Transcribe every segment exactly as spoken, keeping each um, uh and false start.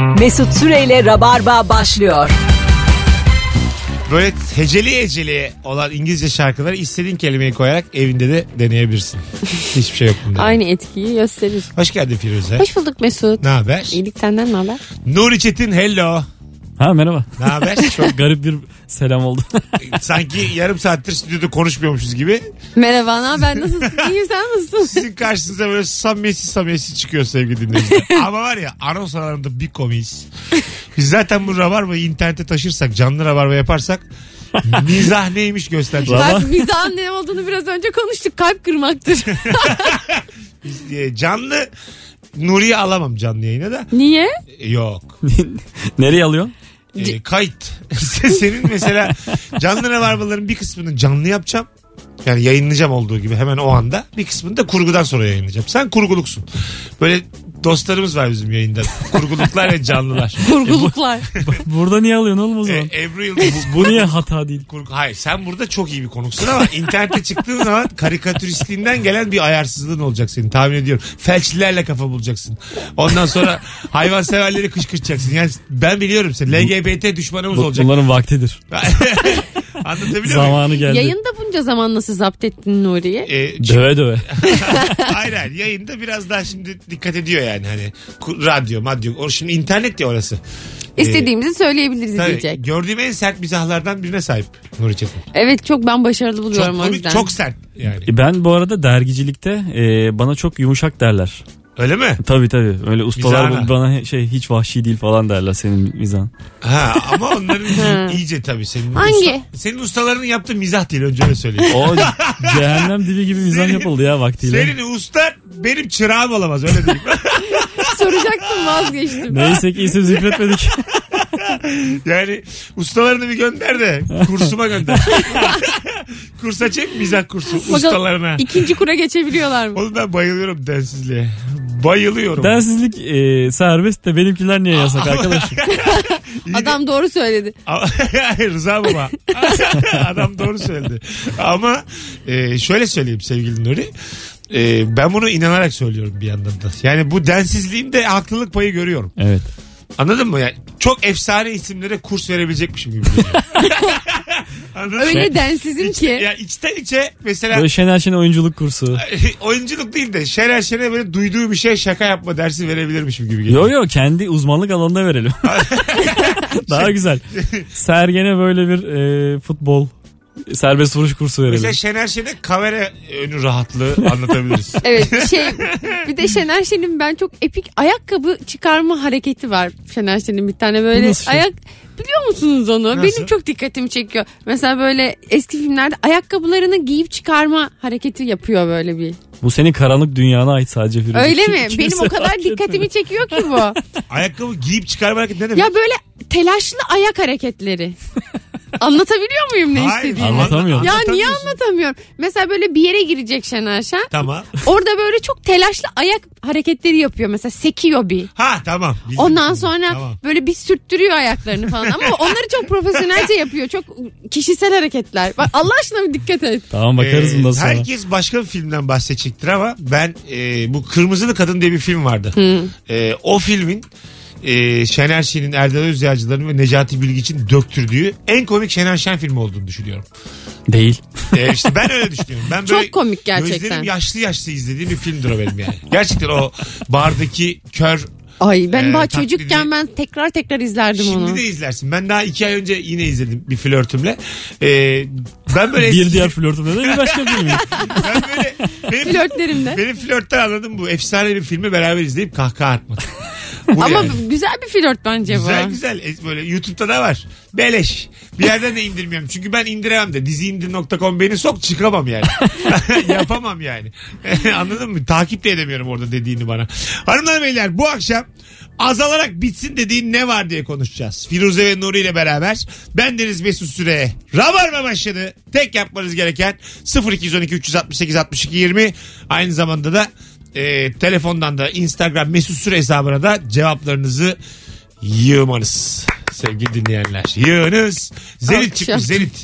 Mesut Süreyle Rabarba başlıyor. Böyle heceli heceli olan İngilizce şarkıları istediğin kelimeyi koyarak evinde de deneyebilirsin. Hiçbir şey yok bunda. Aynı etkiyi gösterir. Hoş geldin Firuze. Hoş bulduk Mesut. Ne haber? İyilik, senden ne haber? Nuri Çetin hello. Ha merhaba. Ne haber? Çok garip bir selam oldu. Sanki yarım saattir stüdyoda konuşmuyormuşuz gibi. Merhaba, ne haber? Nasılsın? İyiyim, sen nasılsın? Sizin karşınıza böyle samimiyetsiz samimiyetsiz çıkıyor sevgili dinleyiciler. Ama var ya anons aralarında bir komiyiz. Biz zaten bu Rabarba'yı internete taşırsak, canlı Rabarba yaparsak mizah neymiş göstereceğiz. Bak, mizahın ne olduğunu biraz önce konuştuk. Kalp kırmaktır. Biz, canlı Nuri'yi alamam canlı yayına da. Niye? Yok. Nereye alıyorsun? E, kayıt. Senin mesela canlı Rabarba'ların bir kısmını canlı yapacağım. Yani yayınlayacağım olduğu gibi hemen o anda. Bir kısmını da kurgudan sonra yayınlayacağım. Sen kurguluksun. Böyle dostlarımız var bizim yayında. Kurguluklar ve canlılar. Kurguluklar. Burada niye alıyorsun oğlum o zaman? E, Ebru Yıldız. Bu, bu niye hata değil? Kurgu. Hayır, sen burada çok iyi bir konuksun ama internete çıktığın zaman karikatüristliğinden gelen bir ayarsızlığın olacak senin, tahmin ediyorum. Felçlilerle kafa bulacaksın. Ondan sonra hayvanseverleri kışkırtacaksın. Yani ben biliyorum seni. L G B T düşmanımız Bu, olacak. bunların vaktidir. Anlatabiliyor muyum? Zamanı geldi. Yayında bunca zaman nasıl zapt ettin Nuri'yi? Ee, Döve döve. hayır hayır, yayında biraz daha şimdi dikkat ediyor yani, hani radyo madyo, o şimdi internet ya orası. İstediğimizi ee, söyleyebiliriz tabii, diyecek. gördüğüm en sert mizahlardan birine sahip Nuri Çetin. Evet, çok ben başarılı buluyorum Çok o komik, yüzden. çok sert yani. Ben bu arada dergicilikte e, bana çok yumuşak derler. Öyle mi? Tabii tabii. Öyle ustalar Mizahına. bana şey hiç vahşi değil falan derler senin mizahın. Ha, ama onların iyice tabii senin. Hangi? Usta, senin ustalarının yaptığı mizah değil, önce öyle söyleyeyim. O cehennem dibi gibi mizah yapıldı ya vaktiyle. Senin usta benim çırağım olamaz, öyle diyeyim. Soracaktım, vazgeçtim. Neyse ki isim zikretmedik. Yani ustalarını bir gönder de kursuma gönder. Kursa çek, mizah kursu ustalarına. İkinci kura geçebiliyorlar mı? Oğlum ben bayılıyorum densizliğe. Bayılıyorum. Densizlik e, serbest de benimkiler niye yasak arkadaşım? Adam doğru söyledi. Rıza baba. Adam doğru söyledi. Ama e, şöyle söyleyeyim sevgili Nuri. E, ben bunu inanarak söylüyorum bir yandan da. Yani bu densizliğimde haklılık payı görüyorum. Evet. Anladın mı? Yani çok efsane isimlere kurs verebilecekmişim gibi. Anladın Öyle mı? densizim İç, ki. ya içten içe mesela Böyle Şener Şen'e oyunculuk kursu. oyunculuk değil de Şener Şen'e böyle duyduğu bir şey şaka yapma dersi verebilirmişim gibi geliyor. Yo yo, kendi uzmanlık alanında verelim. Daha güzel. Sergen'e böyle bir e, futbol serbest vuruş kursu verelim. Mesela Şener Şen'e kamera önü rahatlığı anlatabiliriz. Evet, şey, bir de Şener Şen'in ben çok epik ayakkabı çıkarma hareketi var. Şener Şen'in bir tane böyle nasıl şey? ayak, biliyor musunuz onu? Nasıl? Benim çok dikkatimi çekiyor. Mesela böyle eski filmlerde ayakkabılarını giyip çıkarma hareketi yapıyor böyle bir. Bu senin karanlık dünyana ait sadece. Firuze. Öyle Kim- mi? kimse Benim o kadar fark dikkatimi etmedi. çekiyor ki bu. Ayakkabı giyip çıkarma hareketi ne demek? Ya böyle telaşlı ayak hareketleri. Anlatabiliyor muyum ne Hayır, istediğimi? Anlatamıyorum. Ya niye anlatamıyorsun. anlatamıyorum? Mesela böyle bir yere girecek Şener Şen. Tamam. Orada böyle çok telaşlı ayak hareketleri yapıyor. Mesela sekiyor bir. Ha tamam. Bizim- Ondan sonra Tamam. böyle bir sürttürüyor ayaklarını falan. Ama onları çok profesyonelce yapıyor. Çok kişisel hareketler. Bak Allah aşkına bir dikkat et. Tamam bakarız Ee, bundan sonra. herkes başka bir filmden bahsedecektir ama ben e, bu Kırmızılı Kadın diye bir film vardı. E, o filmin e, Şener Şen'in, Erdal Özyağcılar'ın ve Necati Bilgiç'in döktürdüğü en komik Şener Şen filmi olduğunu düşünüyorum. Değil. E, işte ben öyle düşünüyorum. Ben böyle Çok komik gerçekten. Gözlerim yaşlı yaşlı izlediğim bir filmdir o benim yani. Gerçekten o bardaki kör. Ay ben Ee, daha taklidi- çocukken ben tekrar tekrar izlerdim Şimdi onu. de izlersin. Ben daha iki ay önce yine izledim bir flörtümle. Ee, ben böyle Bir eski- diğer flörtümde de bir başka film. ben böyle benim, Flörtlerimde. benim flörtten anladım, bu efsane bir filmi beraber izleyip kahkaha atmak. Bu Ama yani. güzel bir flört bence bu. Güzel güzel. E, böyle YouTube'da da var. Beleş. Bir yerden de indirmiyorum. Çünkü ben indiremem de. diziindir nokta com beni sok, çıkamam yani. Yapamam yani. Anladın mı? Takip de edemiyorum orada dediğini bana. Hanımlar beyler, bu akşam azalarak bitsin dediğin ne var diye konuşacağız. Firuze ve Nuri ile beraber. Bendeniz Mesut Süre. Rabarba başladı. Tek yapmanız gereken sıfır iki on iki üç altı sekiz altmış iki yirmi. Aynı zamanda da e, telefondan da Instagram Mesut Süre hesabına da cevaplarınızı yığmanız. Sevgili dinleyenler. Yığınız. Zenit Akşam. çıkmış, Zenit.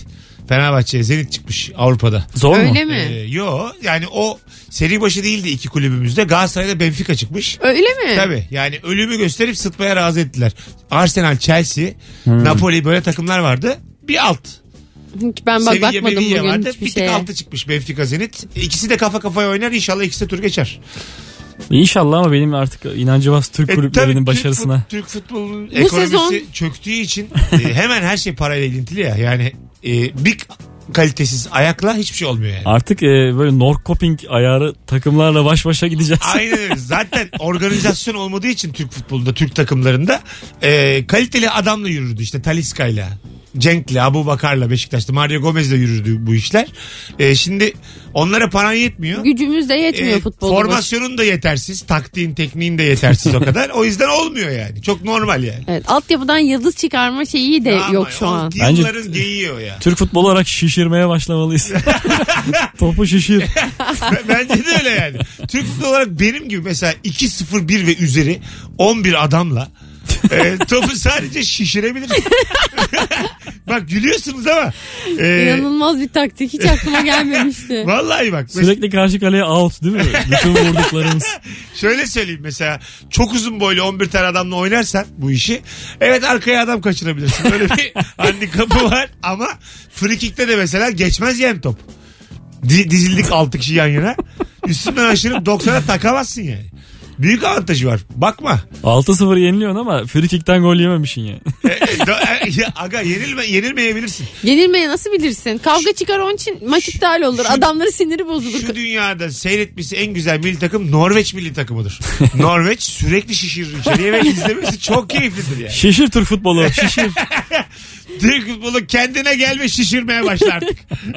Fenerbahçe'ye Zenit çıkmış Avrupa'da. Zor mu? Öyle mi? Ee, yo yani o seri başı değildi iki kulübümüzde. Galatasaray'da Benfica çıkmış. Öyle mi? Tabii yani ölümü gösterip sıtmaya razı ettiler. Arsenal, Chelsea, Napoli böyle takımlar vardı. Bir alt. Hiç ben bak Sevilla, bakmadım Mevilla bugün vardı. hiçbir Bir tık şeye. altı çıkmış Benfica, Zenit. İkisi de kafa kafaya oynar. İnşallah ikisi de tur geçer. İnşallah ama benim artık inancım az Türk E, kulüplerinin tabii başarısına. Türk, fut- Türk futbolunun Bu ekonomisi sezon- çöktüğü için e, hemen her şey parayla ilintili ya. Yani e, bir kalitesiz ayakla hiçbir şey olmuyor yani. Artık e, böyle Norrköping ayarı takımlarla baş başa gideceğiz. Aynen öyle. Zaten organizasyon olmadığı için Türk futbolunda, Türk takımlarında e, kaliteli adamla yürürdü. İşte Talisca'yla, Cenk'le, Abu Bakar'la Beşiktaş'ta, Mario Gomez'le yürürdü bu işler. E, şimdi onlara paran yetmiyor. Gücümüz de yetmiyor E, futbolda. formasyonun da yetersiz. Taktiğin, tekniğin de yetersiz o kadar. O yüzden olmuyor yani. Çok normal yani. Evet, altyapıdan yıldız çıkarma şeyi de Ama yok şu o an. Bence- Yılların geyiği o ya. Türk futbolu olarak şişirmeye başlamalıyız. Topu şişir. Bence de öyle yani. Türk futbolu olarak benim gibi mesela iki sıfır bir ve üzeri on bir adamla e, topu sadece şişirebiliriz. Bak gülüyorsunuz ama. E, İnanılmaz bir taktik. Hiç aklıma gelmemişti. vallahi bak. Mesela Sürekli karşı kaleye out değil mi? Bütün vurduklarımız. şöyle söyleyeyim mesela. Çok uzun boylu on bir tane adamla oynarsan bu işi. Evet arkaya adam kaçırabilirsin. Böyle bir handikapı var ama free kick'te de mesela geçmez yani top. Di- dizildik altı kişi yan yana. Üstünden aşırıp doksana takamazsın yani. Büyük avantajı var. Bakma. altı sıfır yeniliyorsun ama free kick'ten gol yememişsin ya. E, e, do- e, ya, aga yenilme, yenilmeyebilirsin. Yenilmeyi nasıl bilirsin? Kavga çıkar onun için maç iptal olur. şu- Adamların siniri bozulur. Şu dünyada seyretmesi en güzel milli takım Norveç milli takımıdır. Norveç sürekli şişirir içeriye ve izlemesi çok keyiflidir yani. Şişir Türk futbolu şişir. Türk futbolu kendine gel ve şişirmeye başlar artık.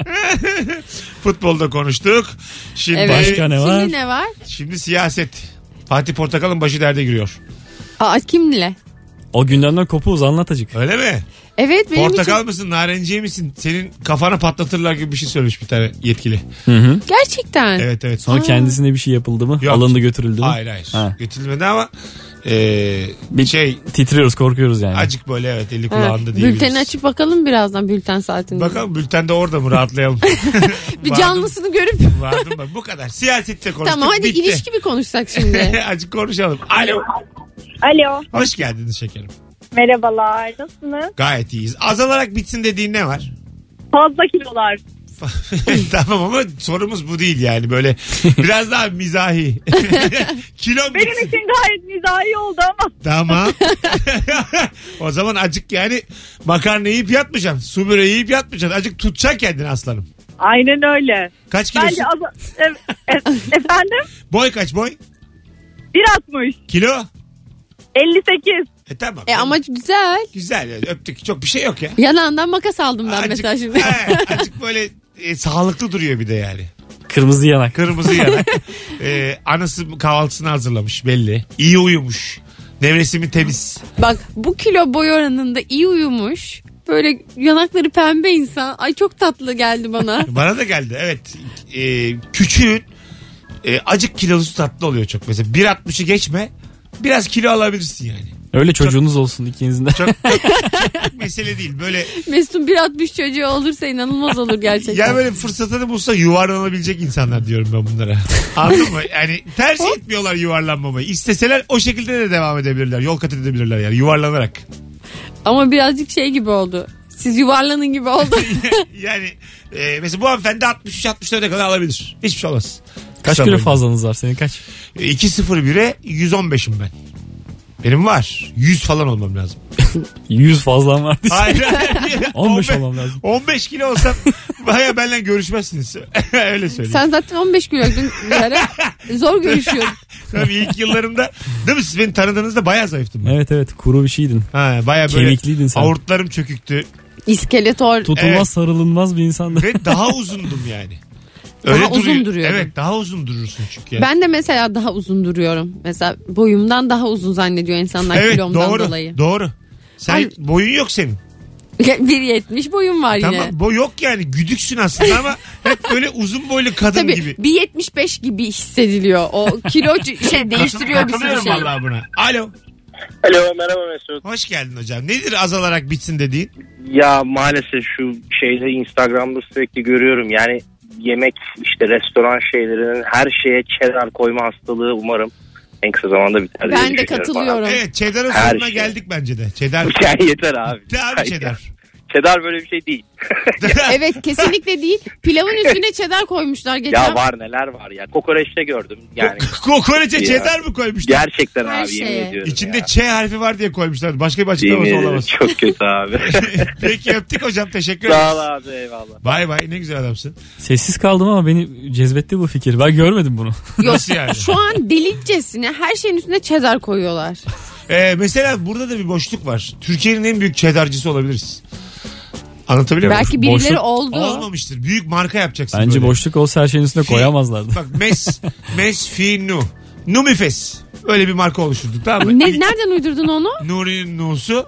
Futbolda konuştuk. Şimdi, Evet. Başka ne var? Şimdi ne var? şimdi siyaset. Fatih Portakal'ın başı derde giriyor. Aa, kimle? O gündemden kopuz anlat acık. Öyle mi? Evet benim Portakal için. mısın, narenciye misin? Senin kafana patlatırlar gibi bir şey söylemiş bir tane yetkili. Hı hı. Gerçekten. Evet evet. Sonra kendisine bir şey yapıldı mı? Yok. Alındı götürüldü mü? Hayır hayır. Ha. Götürülmedi ama e, bir şey Titriyoruz korkuyoruz yani. acık böyle evet eli Ha, kulağında diyebiliriz. bülteni açıp bakalım birazdan bülten saatinde. Bakalım bültende orada mı rahatlayalım. Bir Vardım- canlısını görüp. Vardım ben. Bu kadar. Siyasette konuştuk. Tamam hadi bitti. ilişki mi konuşsak şimdi? Azıcık konuşalım. Alo. Alo, Hoş geldiniz şekerim. merhabalar. Nasılsınız? Gayet iyiyiz. Azalarak bitsin dediğin ne var? Fazla kilolar. Tamam ama sorumuz bu değil yani böyle biraz daha mizahi. Kilo Benim bitsin. için gayet mizahi oldu ama. Tamam. O zaman acık yani makarna yiyip yatmayacaksın. Su böreği yiyip yatmayacaksın. Acık tutacaksın kendini aslanım. Aynen öyle. Kaç kilosun? Bence az... E- e- efendim? Boy kaç boy? bir altmış. Kilo? elli sekiz. E tamam. E ama güzel. Güzel yani öptük. Çok bir şey yok ya. Yanağından makas aldım ben Acık- mesela şimdi. He, acık böyle e, sağlıklı duruyor bir de yani. Kırmızı yanak. Kırmızı yanak. E, anası kahvaltısını hazırlamış belli. İyi uyumuş. Nevresimi temiz. Bak bu kilo boy oranında iyi uyumuş. Böyle yanakları pembe insan. Ay çok tatlı geldi bana. Bana da geldi evet. E, küçüğün e, acık kilosu tatlı oluyor çok. Mesela bir altmışı geçme. Biraz kilo alabilirsin yani. Öyle çocuğunuz olsun ikinizin de. Çok, çok mesele değil. Böyle Mesut'un bir altmış çocuğu olursa inanılmaz olur gerçekten. ya böyle fırsatını bulsa yuvarlanabilecek insanlar diyorum ben bunlara. Anladın mı? Yani tercih etmiyorlar yuvarlanmamayı. İsteseler o şekilde de devam edebilirler. Yol kat edebilirler yani yuvarlanarak. Ama birazcık şey gibi oldu. Siz yuvarlanın gibi oldu. Yani e, mesela bu hanımefendi altmış üç altmış dörde kadar alabilir. Hiçbir şey olmaz. Kaç Kısa kilo boylu. fazlanız var senin kaç? E, iki sıfır bire yüz on beşim ben. Benim var. yüz falan olmam lazım. yüz fazlan var. Hayır. hayır. on beş olmam lazım. on beş kilo olsam baya benimle görüşmezsiniz. Öyle söyleyeyim. Sen zaten on beş kiloydun bir ara. Zor görüşüyorum. Tabii ilk yıllarımda değil mi siz beni tanıdığınızda baya zayıftım ben. Evet evet kuru bir şeydin. Ha, baya böyle Kemikliydin sen. aortlarım çöküktü İskeletor. Tutulmaz Evet. sarılınmaz bir insandı. ve daha uzundum yani. Daha uzun duruyordun. Evet daha uzun durursun çünkü. Yani. Ben de mesela daha uzun duruyorum. Mesela boyumdan daha uzun zannediyor insanlar evet kilomdan doğru dolayı. doğru. Sen Ay- boyun yok senin. bir yetmiş boyum var yine. Tamam boy yok yani güdüksün aslında ama hep böyle uzun boylu kadın Tabii gibi. bir yetmiş beş gibi hissediliyor. O kilo c- şey değiştiriyor bir sürü Katılıyorum şey. vallahi buna. Alo. Alo, merhaba Mesut. Hoş geldin hocam. Nedir azalarak bitsin dediğin? Ya maalesef şu şeyde Instagram'da sürekli görüyorum. Yani yemek işte restoran şeylerinin her şeye cheddar koyma hastalığı umarım en kısa zamanda biter. diye Ben de düşünüyorum katılıyorum. Evet, cheddar'ın Her sonuna şey. geldik bence de. Cheddar. bana. Ya yeter abi. Bitti abi Hayır cheddar. ya. Cheddar böyle bir şey değil. Evet kesinlikle değil. Pilavın üstüne cheddar koymuşlar geçen. Ya var neler var ya. Kokoreçte gördüm. Yani Kokoreçe Ya. cheddar mı koymuşlar? gerçekten Her abi şeye. yemin ediyorum İçinde ya. Ç harfi var diye koymuşlar. Başka bir Yemin açıklaması ediyorum, olamaz. çok kötü abi. Peki öptük hocam. Teşekkür ederiz. Sağ ol abi, eyvallah. Bay bay, ne güzel adamsın. Sessiz kaldım ama beni cezbetti bu fikir. Ben görmedim bunu. Yok, Nasıl yani? şu an delicesine her şeyin üstüne cheddar koyuyorlar. Ee, mesela burada da bir boşluk var. Türkiye'nin en büyük cheddarcısı olabiliriz. Anlatabiliyor muyum? Belki birileri Boşluk- oldu. Olmamıştır. Büyük marka yapacaksın. Bence böyle. boşluk olsa her şeyin üstüne Fi- koyamazlardı. Bak mes, mes fi nu. Numifes. Öyle bir marka oluşturduk, tamam mı? Ne, nereden uydurdun onu? Nuri'nin nu'su.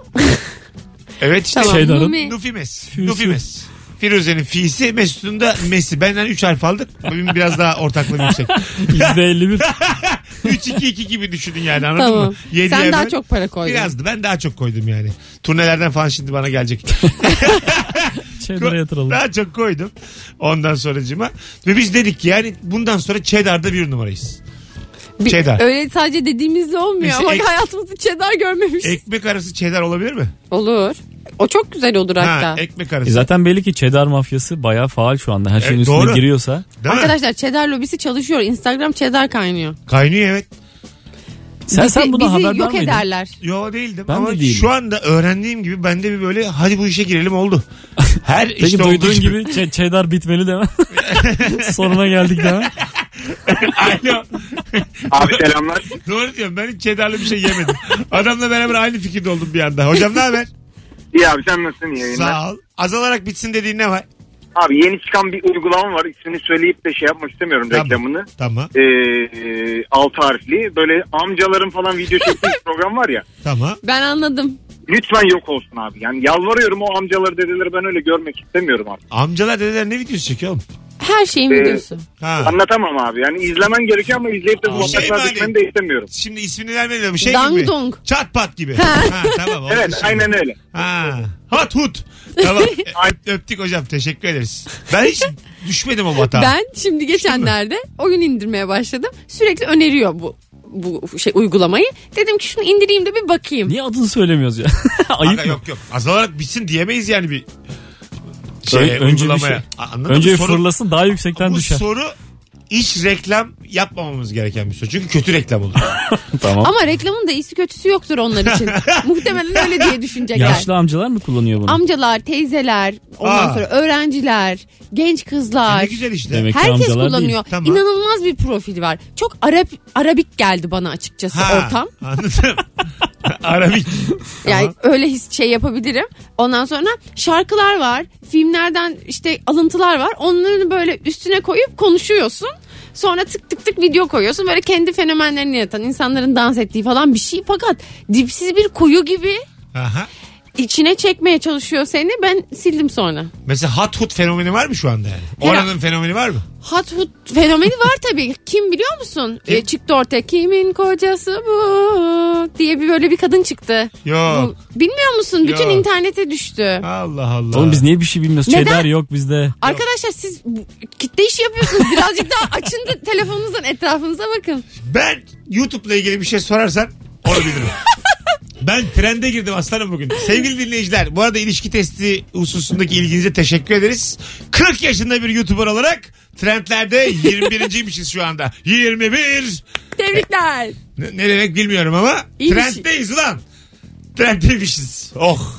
Evet işte. Tamam. Şeydar'ın- Numi. Nufimes. Füsü. Nufimes. Firuze'nin fi'si, Mesut'un da mesi. Benden üç harf aldık. Benim biraz daha ortaklığım yüksek. yüzde elli bir. üç iki iki gibi düşünün yani, anladın Tamam. mı? Yediye Sen daha böl- çok para koydun. Birazdı. Ben daha çok koydum yani. Turnelerden falan şimdi bana gelecek. Cheddar'a yatıralım. Daha çok koydum. Ondan sonracıma. Ve biz dedik ki yani bundan sonra cheddar'da bir numarayız. Bir- Cheddar. Öyle sadece dediğimizde olmuyor Mesela ama ek- hayatımızda cheddar görmemişiz. Ekmek arası cheddar olabilir mi? Olur. O çok güzel olur hatta. Ha, ekmek arası. E zaten belli ki cheddar mafyası bayağı faal şu anda. Her şeyin Evet, üstüne doğru. giriyorsa. Değil mi? Arkadaşlar cheddar lobisi çalışıyor. Instagram cheddar kaynıyor. Kaynıyor evet. Sen bizi, sen buna bizi haberdar yok mıydın? ederler. Yo değildim Ben ama de değilim. şu anda öğrendiğim gibi bende bir böyle hadi bu işe girelim oldu. Her Peki işte duyduğun olduğu gibi ç- cheddar bitmeli deme. Sonuna geldik deme. Alo. Abi selamlar. Doğru diyorum, ben hiç cheddarlı bir şey yemedim. Adamla beraber aynı fikirde oldum bir anda. Hocam ne haber? İyi abi, sen nasılsın, iyi yayınlar? Sağ ol. Azalarak bitsin dediğin ne var? Abi yeni çıkan bir uygulama var. İsmini söyleyip de şey yapmak istemiyorum, Tamam. reklamını. Tamam. Ee, alt harfli. Böyle amcaların falan video çektiği bir program var ya. Tamam. Ben anladım. Lütfen yok olsun abi. Yani yalvarıyorum, o amcaları dedeleri ben öyle görmek istemiyorum abi. Amcalar dedeler ne videosu çekiyor oğlum? Her şeyin Ee, videosu. Ha. Anlatamam abi. Yani izlemen gerekiyor ama izleyip de bu Şey mi bataklığa hani? düşmeni de istemiyorum. Şimdi ismini vermedim bir şey Dang gibi. dong. Çat pat gibi. ha, tamam. oldu Evet, şimdi. aynen öyle. Ha. Hat hut. Tamam. Öp- Öptük hocam, teşekkür ederiz. Ben hiç düşmedim o batağa. Ben şimdi geçenlerde oyun indirmeye başladım. Sürekli öneriyor bu bu şey uygulamayı. Dedim ki şunu indireyim de bir bakayım. Niye adını söylemiyoruz ya? Ayıp Aga, mı? yok yok. Azalarak bitsin diyemeyiz yani bir şey, Ön- önce bir uygulamaya. şey- Anladın Önce mı? Soru- fırlasın daha yüksekten bu düşer. soru hiç reklam yapmamamız gereken bir soru. Çünkü kötü reklam olur. Tamam. Ama reklamın da iyisi kötüsü yoktur onlar için. Muhtemelen öyle diye düşünecekler. Yaşlı amcalar mı kullanıyor bunu? Amcalar, teyzeler, ondan Aa. sonra öğrenciler, genç kızlar. ne güzel işte. Demek ki Herkes amcalar kullanıyor. değil. Tamam. İnanılmaz bir profil var. Çok Arap Arabik geldi bana açıkçası Ha, ortam. Anladım. Arabik. Yani öyle his şey yapabilirim. Ondan sonra şarkılar var, filmlerden işte alıntılar var. Onları böyle üstüne koyup konuşuyorsun. Sonra tık tık tık video koyuyorsun. Böyle kendi fenomenlerini yaratan, insanların dans ettiği falan bir şey. Fakat dipsiz bir kuyu gibi Aha. içine çekmeye çalışıyor seni. Ben sildim sonra. Mesela hot hut fenomeni var mı şu anda yani? Herhalde. Oranın fenomeni var mı? Hot food fenomeni var tabii. Kim biliyor musun? Kim? E, çıktı ortaya. Kimin kocası bu? Diye bir böyle bir kadın çıktı. Yok. Bu- bilmiyor musun? Bütün Yok. internete düştü. Allah Allah. Oğlum biz niye bir şey bilmiyoruz? Neden? Cheddar yok bizde. Arkadaşlar siz bu- kitle işi yapıyorsunuz. Birazcık daha açın da telefonunuzdan etrafınıza bakın. Ben YouTube'la ilgili bir şey sorarsan onu bilirim. Ben trende girdim aslanım bugün. Sevgili dinleyiciler, bu arada ilişki testi hususundaki ilginize teşekkür ederiz. kırk yaşında bir YouTuber olarak trendlerde yirmi birinciymişiz şu anda. yirmi bir. Tebrikler. Ne, ne demek bilmiyorum ama İyi bir trenddeyiz ulan. Trenddeymişiz. Oh.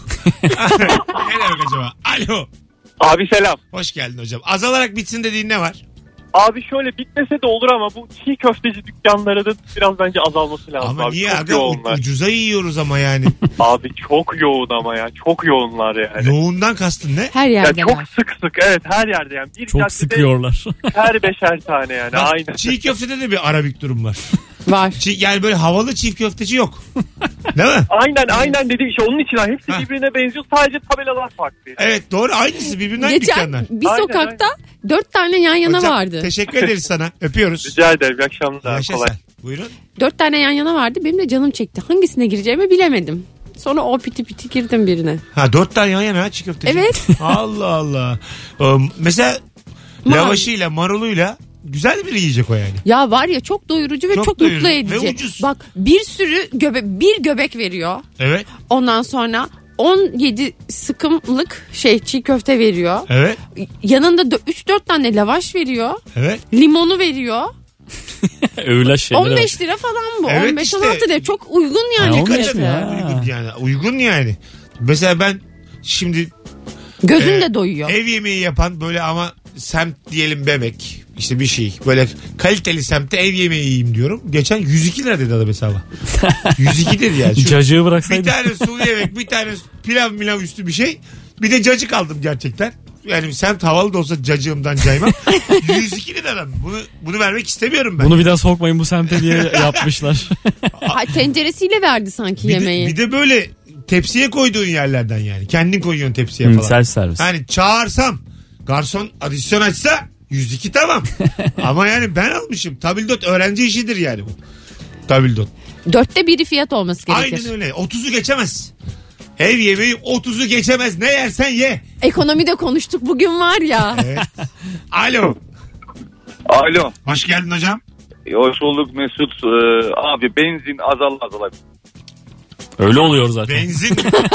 Ne demek acaba? Alo. Abi selam. Hoş geldin hocam. Azalarak bitsin dediğin ne var? Abi şöyle bitmese de olur ama bu çiğ köfteci dükkanları da biraz bence azalması lazım Ama abi. niye çok aga? yoğunlar. Ucuza yiyoruz ama yani. Abi çok yoğun ama ya. Çok yoğunlar yani. Yoğundan kastın ne? Her Ya yerde çok var. sık sık evet her yerde yani. Bir Çok caddede sıkıyorlar. her beşer tane yani Bak, aynen. çiğ köftede de bir arabik durum var. Var. Çiğ, yani böyle havalı çiğ köfteci yok. Değil mi? Aynen aynen dedi işte onun için ha, hepsi Ha. birbirine benziyor sadece tabelalar farklı. Evet doğru, aynısı birbirinden Geçen dükkanlar. bir Aynen, sokakta dört tane yan yana Hocam, vardı. teşekkür ederiz sana. Öpüyoruz. Rica ederim. İyi akşamlar. Yaşa Kolay. sen. Buyurun. Dört tane yan yana vardı. Benim de canım çekti. Hangisine gireceğimi bilemedim. Sonra o piti piti girdim birine. Ha dört tane yan yana çiğ köfteci. Evet. Allah Allah. Um, mesela Mavi. lavaşıyla maruluyla güzel bir yiyecek o yani. Ya var ya çok doyurucu ve Çok çok, doyurucu mutlu ve edici. ucuz. Bak bir sürü göbek, bir göbek veriyor. Evet. Ondan sonra on yedi sıkımlık şey çiğ köfte veriyor. Evet. Yanında üç dört tane lavaş veriyor. Evet. Limonu veriyor. Öyle şeyler. on beş lira falan bu. Evet on beş işte. on altı lira çok uygun yani. Ha, on beş fiyatı. mi ya? Uygun yani. Uygun yani. Mesela ben şimdi Gözün Ee, de doyuyor. ev yemeği yapan böyle ama semt diyelim Bebek işte bir şey böyle kaliteli semtte ev yemeği yiyeyim diyorum. Geçen yüz iki lira dedi adam hesaba. yüz iki dedi yani. Şu Cacığı bir bıraksaydın. tane sulu yemek bir tane pilav milav üstü bir şey. Bir de cacık aldım gerçekten. Yani semt havalı da olsa cacığımdan caymam. yüz iki liradan. Bunu, bunu vermek istemiyorum ben. Bunu bir daha sokmayın bu semte diye yapmışlar. Ha, tenceresiyle verdi sanki bir yemeği. De, bir de böyle tepsiye koyduğun yerlerden yani. Kendin koyuyorsun tepsiye Hı, falan. self servis. Hani çağırsam garson adisyon açsa yüz iki tamam. Ama yani ben almışım. Tabildot öğrenci işidir yani bu. Tabildot. Dörtte biri fiyat olması gerekir. Aynen öyle. otuzu geçemez. Ev yemeği otuzu geçemez. Ne yersen ye. Ekonomi de konuştuk bugün var ya. Evet. Alo. Alo. Hoş geldin hocam. Hoş bulduk Mesut. Ee, abi benzin azal azal. Öyle oluyor zaten. Benzin.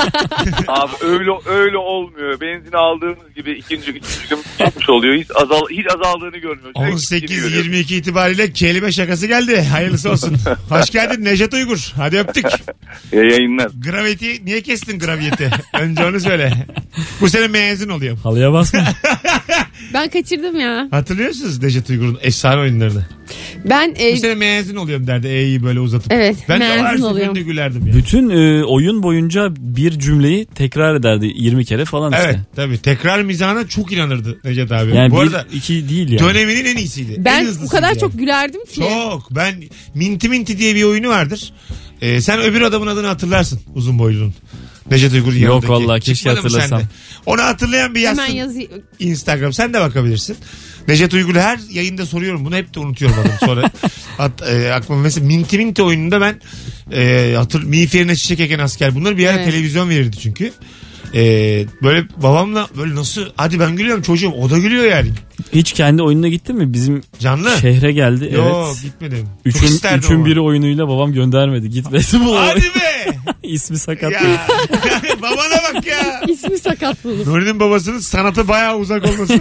Abi öyle öyle olmuyor. Benzin aldığımız gibi ikinci üçüncü gün tutmuş oluyor. Hiç azal hiç azaldığını görmüyoruz. on sekiz yirmi iki itibariyle kelime şakası geldi. Hayırlısı olsun. Hoş geldin Nejat Uygur. Hadi öptük. Ya yayınlar. Graviti niye kestin graviyeti? Önce onu söyle. Bu sene mezun oluyorum. Halıya basma. Ben kaçırdım ya. Hatırlıyorsunuz Nejat Uygur'un efsane oyunlarını? Ben e, Bu sene mezun oluyorum derdi E'yi böyle uzatıp. Evet, Ben de mezun her seferinde oluyorum. gülerdim ya. Bütün e, oyun boyunca bir cümleyi tekrar ederdi yirmi kere falan işte. Evet tabii tekrar mizahına çok inanırdı Nejat abi. Yani Bu bir, arada iki değil yani. döneminin en iyisiydi. En ben hızlısıydı o kadar yani. çok gülerdim ki. Çok. Ben Minti Minti diye bir oyunu vardır. Ee, sen öbür adamın adını hatırlarsın uzun boylunun. Nejat Uygur'un Yok yanındaki. vallahi, keşke Çıkmadı mı hatırlasam. sende? Onu hatırlayan bir yazsın. Hemen yazayım. Instagram sen de bakabilirsin. Nejat Uygur'u her yayında soruyorum. Bunu hep de unutuyorum adam sonra. At, e, aklıma mesela Minti Minti oyununda ben e, hatır, miğferine çiçek eken asker. Bunları bir ara Evet. televizyon verirdi çünkü. E, böyle babamla böyle nasıl hadi ben gülüyorum çocuğum o da gülüyor yani. Hiç kendi oyununa gittin mi? Bizim Canlı. şehre geldi. Yok Evet. gitmedim. Çok Üçün, isterdim üçün ama. biri oyunuyla babam göndermedi. Gitmedi bu. Hadi be. İsmi sakat. Ya babana bak ya. İsmi sakat bulur. Nuri'nin babasının sanata bayağı uzak olması.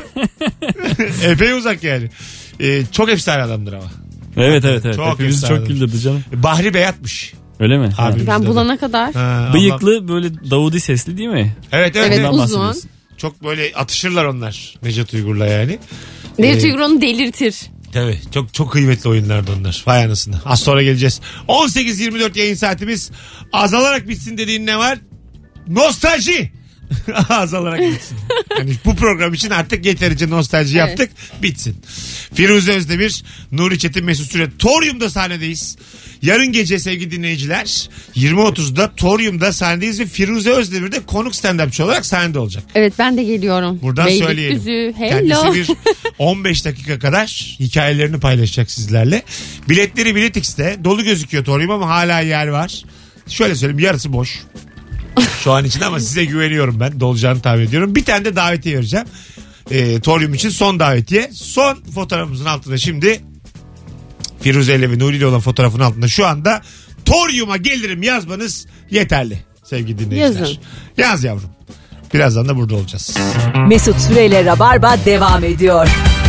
Epey uzak yani. Ee, çok efsane adamdır ama. Evet evet evet. Çok Hepimizi efsane. çok güldürdü canım. Bahri Beyat'mış. Öyle mi? Abi. Ha. Ben bulana kadar. Ha, Bıyıklı böyle Davudi sesli değil mi? Allah- Evet evet. Evet, evet. Ondan uzun. bahsediyorsun. Çok böyle atışırlar onlar Nejat Uygur'la yani. Nejat Ee, Uygur onu delirtir. Tabii çok çok kıymetli oyunlardı onlar. Vay anasını. Az sonra geleceğiz. on sekiz yirmi dört yayın saatimiz. Azalarak bitsin dediğin ne var? Nostalji. Azalarak bitsin. Yani bu program için artık yeterince nostalji Evet. yaptık. Bitsin. Firuze Özdemir, Nuri Çetin, Mesut Süre. Torium'da sahnedeyiz. Yarın gece sevgili dinleyiciler yirmi otuzda Torium'da sahnedeyiz ve Firuze Özdemir de konuk stand-upçı olarak sahnede olacak. Evet ben de geliyorum. Buradan söyleyelim. Beylikdüzü. Hello. Kendisi bir on beş dakika kadar hikayelerini paylaşacak sizlerle. Biletleri Bilet X'te dolu gözüküyor Torium ama hala yer var. Şöyle söyleyeyim yarısı boş. Şu an için ama size güveniyorum ben. Dolacağını tahmin ediyorum. Bir tane de davetiye vereceğim. E, Torium için son davetiye. Son fotoğrafımızın altında şimdi Firuze ile ve Nuri ile olan fotoğrafın altında şu anda Torium'a gelirim yazmanız yeterli sevgili dinleyiciler. Yazın. Yaz yavrum. Birazdan da burada olacağız. Mesut Süreyle Rabarba devam ediyor.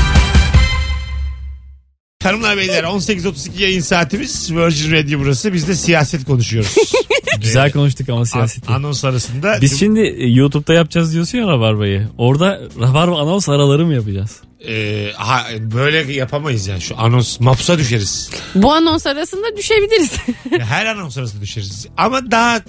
Hanımlar beyler on sekiz otuz iki yayın saatimiz Virgin Radio burası. Biz de siyaset konuşuyoruz. Güzel konuştuk ama siyaseti. An- anons arasında. Biz şimdi e, YouTube'da yapacağız diyorsun ya Rabarba'yı. Orada Rabarba anons araları mı yapacağız? Ee, ha, böyle yapamayız yani şu anons mapsa düşeriz. Bu anons arasında düşebiliriz. Her anons arasında düşeriz. Ama daha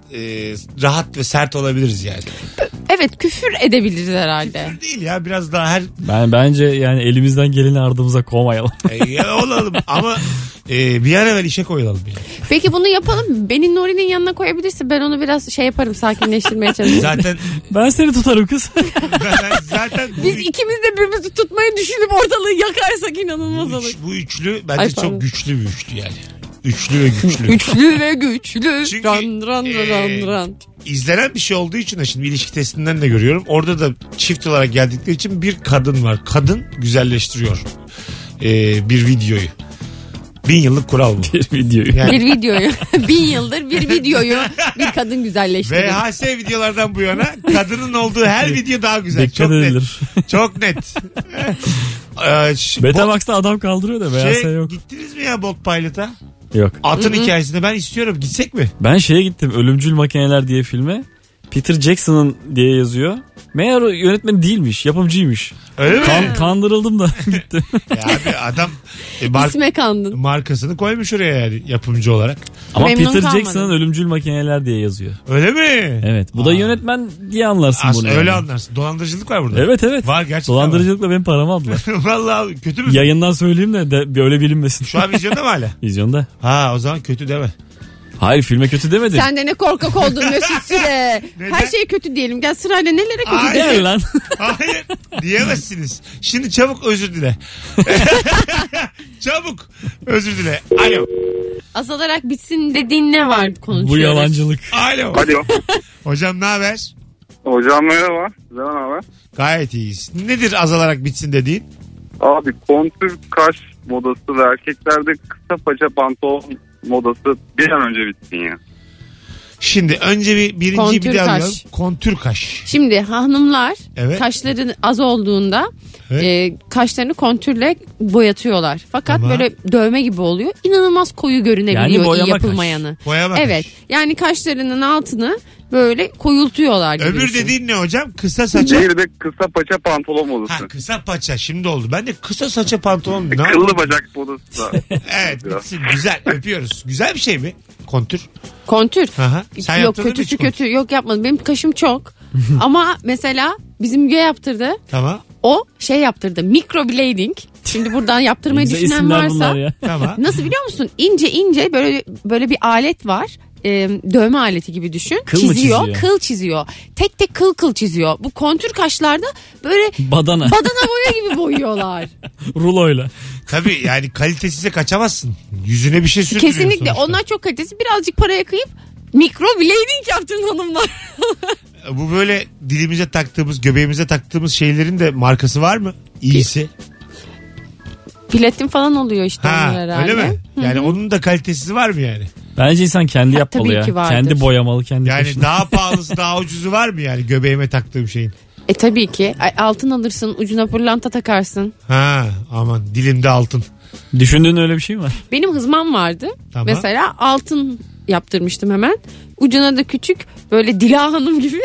e, rahat ve sert olabiliriz yani. Evet, küfür edebiliriz herhalde. Küfür değil ya, biraz daha her Ben bence yani elimizden geleni ardımıza koymayalım. e, ya olalım ama e, bir an evvel işe koyulalım yani. Peki bunu yapalım. Beni Nuri'nin yanına koyabilirsin. Ben onu biraz şey yaparım, sakinleştirmeye çalışırım. Zaten Ben seni tutarım kız. ben, zaten bu, Biz ikimiz de birbirimizi tutmayı düşünüp ortalığı yakarsak inanılmaz bu, olur. üç, bu üçlü bence Ay, çok pardon. güçlü bir üçlü yani. Üçlü ve güçlü. Güçlü ve güçlü. Çünkü, ran ran e, ran ran. İzlenen bir şey olduğu için de şimdi ilişki testinden de görüyorum. Orada da çift olarak geldikleri için bir kadın var. Kadın güzelleştiriyor ee, bir videoyu. Bin yıllık kural bu. Bir videoyu. Yani Bir videoyu. Bin yıldır bir videoyu bir kadın güzelleştiriyor. V H S videolardan bu yana kadının olduğu her video daha güzel. Dikkat Çok net. edilir. Çok net. Ee, ş- Betamax'ta adam kaldırıyor da Bot- V H S şey, yok. gittiniz mi ya Bolt Pilot'a? Yok. Atın hikayesini ben istiyorum. Gitsek mi? Ben şeye gittim, Ölümcül Makineler diye filme. Peter Jackson'ın diye yazıyor. Meğer o yönetmen değilmiş, yapımcıymış. Öyle mi? Kan, kandırıldım da gittim. Ya abi adam e, mar- İsme kandın. markasını koymuş oraya yani yapımcı olarak. Ama Memnun Peter kalmadım. Jackson'ın Ölümcül Makineler diye yazıyor. Öyle mi? Evet. Bu da Aa. yönetmen diye anlarsın As- bunu. öyle yani. anlarsın. Dolandırıcılık var burada. Evet evet. Var gerçekten. Dolandırıcılıkla benim paramı aldılar. Var. Vallahi kötü mü? Yayından söyleyeyim de, de böyle bilinmesin. Şu an vizyonda mı hala? Vizyonda. Ha o zaman kötü deme. Hayır, filme kötü demedim. Sen de ne korkak oldun Mesut Süre. Neden? Her şeye kötü diyelim. Gel sırayla nelere kötü Ay. diyelim. Gel lan. Hayır diyemezsiniz. Şimdi çabuk özür dile. Çabuk özür dile. Alo. Azalarak bitsin dediğin ne var konuşuyoruz. Bu yalancılık. Alo. Alo. Hocam ne haber? Hocam merhaba. Güzel haber. Gayet iyiyiz. Nedir azalarak bitsin dediğin? Abi kontür kaş modası ve erkeklerde kısa paça pantolon modası bir an önce bitsin ya. Şimdi önce bir birinciyi Kontür bir daha kaş. alalım. Kontür kaş. Şimdi hanımlar Evet. kaşları az olduğunda Evet. e, kaşlarını kontürle boyatıyorlar. Fakat Tamam. böyle dövme gibi oluyor. İnanılmaz koyu görünebiliyor Yani iyi boyama kaş. yapılmayanı. Boyama kaş. Evet. Yani kaşlarının altını böyle koyultuyorlar gibi. Öbür düşün. dediğin ne hocam? Kısa saça. Diğeri de kısa paça pantolon modası. Ha kısa paça şimdi oldu. Ben de kısa saça pantolon. Ne Kıllı yapayım? bacak modası da. Evet bitsin. Güzel öpüyoruz. Güzel bir şey mi? Kontür. Kontür. Aha. Sen Yok yaptırdın mı kötüsü hiç kontür? kötü. Yok yapmadım. Benim kaşım çok. Ama mesela bizim Müge yaptırdı. Tamam. O şey yaptırdı. Microblading. Şimdi buradan yaptırmayı Güzel düşünen isimler varsa. bunlar ya. Tamam. Nasıl biliyor musun? İnce ince böyle böyle bir alet var. Ee, dövme aleti gibi düşün. Kıl mı çiziyor, çiziyor? kıl çiziyor. Tek tek kıl kıl çiziyor. Bu kontür kaşlarda böyle Badana. badana boya gibi boyuyorlar. Ruloyla. Tabii yani kalitesize kaçamazsın. Yüzüne bir şey sürmüyorsun Kesinlikle. sonuçta. Onlar çok kalitesi. Birazcık paraya kıyıp microblading yaptın hanımlar. Bu böyle dilimize taktığımız, göbeğimize taktığımız şeylerin de markası var mı? İyisi. Platin falan oluyor işte Ha onlar herhalde. öyle mi? Yani onun da kalitesi var mı yani? Bence insan kendi Ha, yapmalı tabii ya. ki vardır. Kendi boyamalı, kendi Yani kaşını. daha pahalısı daha ucuzu var mı yani göbeğime taktığım şeyin? E tabii ki. Ay, altın alırsın, ucuna pırlanta takarsın. Ha aman dilimde altın. Düşündüğün öyle bir şey mi var? Benim hızmam vardı. Tamam. Mesela altın yaptırmıştım hemen. Ucuna da küçük böyle Dila Hanım gibi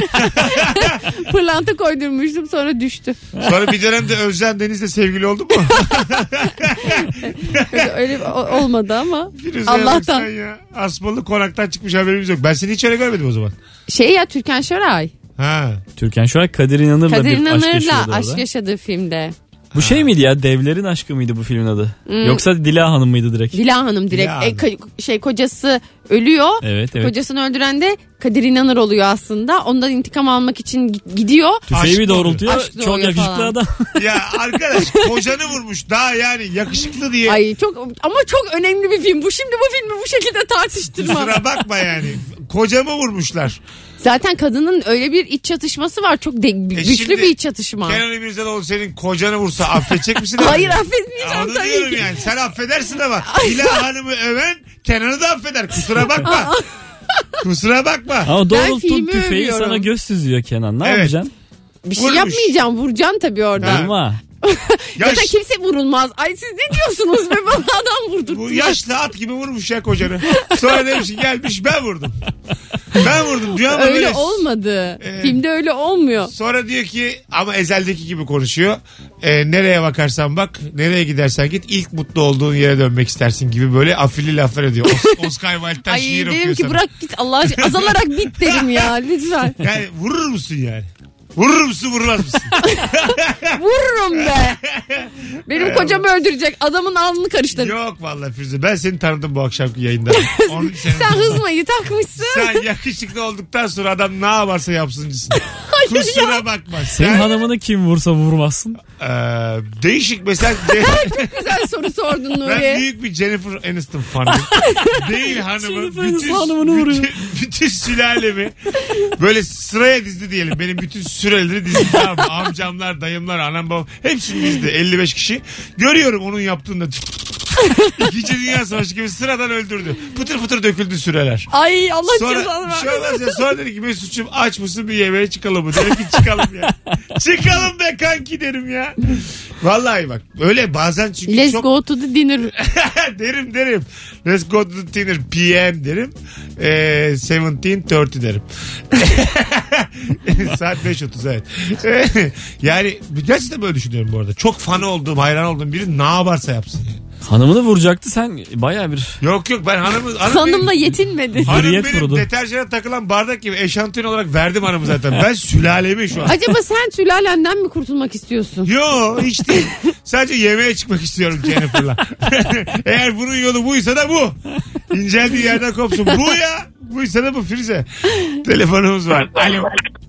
pırlanta koydurmuştum, sonra düştü. Sonra bir dönemde Özcan Deniz'le sevgili oldun mu? Öyle, öyle o- olmadı ama Firuza'ya bak Allah'tan. sen ya. Asmalı konaktan çıkmış haberimiz yok. Ben seni hiç öyle görmedim o zaman. Şey ya, Türkan Şoray. Ha. Türkan Şoray Kadir İnanır'la Kadir bir aşk yaşıyordu İnanır'la orada. aşk yaşadığı filmde. Bu şey miydi ya? Devlerin aşkı mıydı bu filmin adı? Hmm. Yoksa Dila Hanım mıydı direkt? Dila Hanım direkt. Dila E, Hanım. ka- şey kocası ölüyor. Evet evet. Kocasını öldüren de Kadir İnanır oluyor aslında. Ondan intikam almak için gi- gidiyor. Tüfeği Aşk bir doğrultuyor. Aşk Çok doğuyor yakışıklı falan. adam. Ya arkadaş kocanı vurmuş daha yani yakışıklı diye. Ay çok ama çok önemli bir film. Bu şimdi bu filmi bu şekilde tartıştırma. Kusura bakma yani. Kocamı vurmuşlar. Zaten kadının öyle bir iç çatışması var. Çok de- güçlü şimdi bir iç çatışma. Kenan İmirzalıoğlu senin kocanı vursa affedecek misin? Hayır, abi? affetmeyeceğim Onu tabii diyorum ki. yani. Sen affedersin ama Dila Hanım'ı öven Kenan'ı da affeder. Kusura bakma. Kusura bakma. Ama doğrulttun filmi tüfeği övüyorum. sana göz süzüyor Kenan. Ne Evet. yapacaksın? Bir şey Vurmuş. yapmayacağım. Vuracaksın tabii orada. Ha. Vurma. Yaş, Zaten kimse vurulmaz. Ay siz ne diyorsunuz be, bana adam vurdurttular. bu yaşlı at gibi vurmuş ya kocanı. Sonra demiş ki gelmiş ben vurdum. Ben vurdum diyor ama Öyle böyle... olmadı. Ee, Filmde öyle olmuyor. Sonra diyor ki ama Ezel'deki gibi konuşuyor. Ee, nereye bakarsan bak, nereye gidersen git, ilk mutlu olduğun yere dönmek istersin gibi böyle afilli laflar ediyor. Os- Oscar Wilde'den Ay şiir okuyor dedim ki sana. bırak git Allah aşkına azalarak bit derim ya lütfen. Yani vurur musun yani? Vurur musun vurmaz mısın? Vururum be. Benim kocamı öldürecek adamın alnını karıştırır. Yok vallahi Firuze, ben seni tanıdım bu akşamki yayında. Onun için Sen hızmayı takmışsın. Sen yakışıklı olduktan sonra adam ne yaparsa yapsıncısın. Kusura bakma. Senin Sen, hanımını kim vursa vurmazsın. Ee, değişik mesela. Güzel soru sordun Ben Nuri. büyük bir Jennifer Aniston fanıyım. Değil hanımı. Jennifer Bütün, Aniston hanımını vuruyor. bütün, bütün sülalemi böyle sıraya dizdi diyelim. Benim bütün süreleri dizdi. Tamam mı? Amcamlar, dayımlar, anam babam hepsini dizdi. elli beş kişi. Görüyorum onun yaptığında. İkinci Dünya Savaşı gibi sıradan öldürdü. Pıtır pıtır döküldü süreler. Ay Allah Sonra, cezanı bir şey versin. olmaz ya. Sonra dedi ki Mesut'cum aç mısın bir yemeğe çıkalım mı? Dedim ki çıkalım ya. Çıkalım be kanki derim ya. Vallahi bak öyle bazen çünkü Let's çok... go to the dinner. derim derim. Let's go to the dinner P M derim. Ee, seventeen thirty derim. Saat beş otuz evet. Yani gerçekten böyle düşünüyorum bu arada. Çok fan olduğum, hayran olduğum biri ne yaparsa yapsın yani. Hanımını vuracaktı sen baya bir... Yok yok ben hanımı... Hanım Hanımla benim, yetinmedi. hanım Hürriyet benim kurulu. deterjana takılan bardak gibi eşantiyon olarak verdim hanımı zaten. Ben sülalemi şu an. Acaba sen sülalenden mi kurtulmak istiyorsun? Yo hiç değil. Sadece yemeğe çıkmak istiyorum Jennifer'la. Eğer bunun yolu buysa da bu. İnceldiği yerden kopsun. Bu ya. Buysa da bu Firuze. Telefonumuz var. Alo.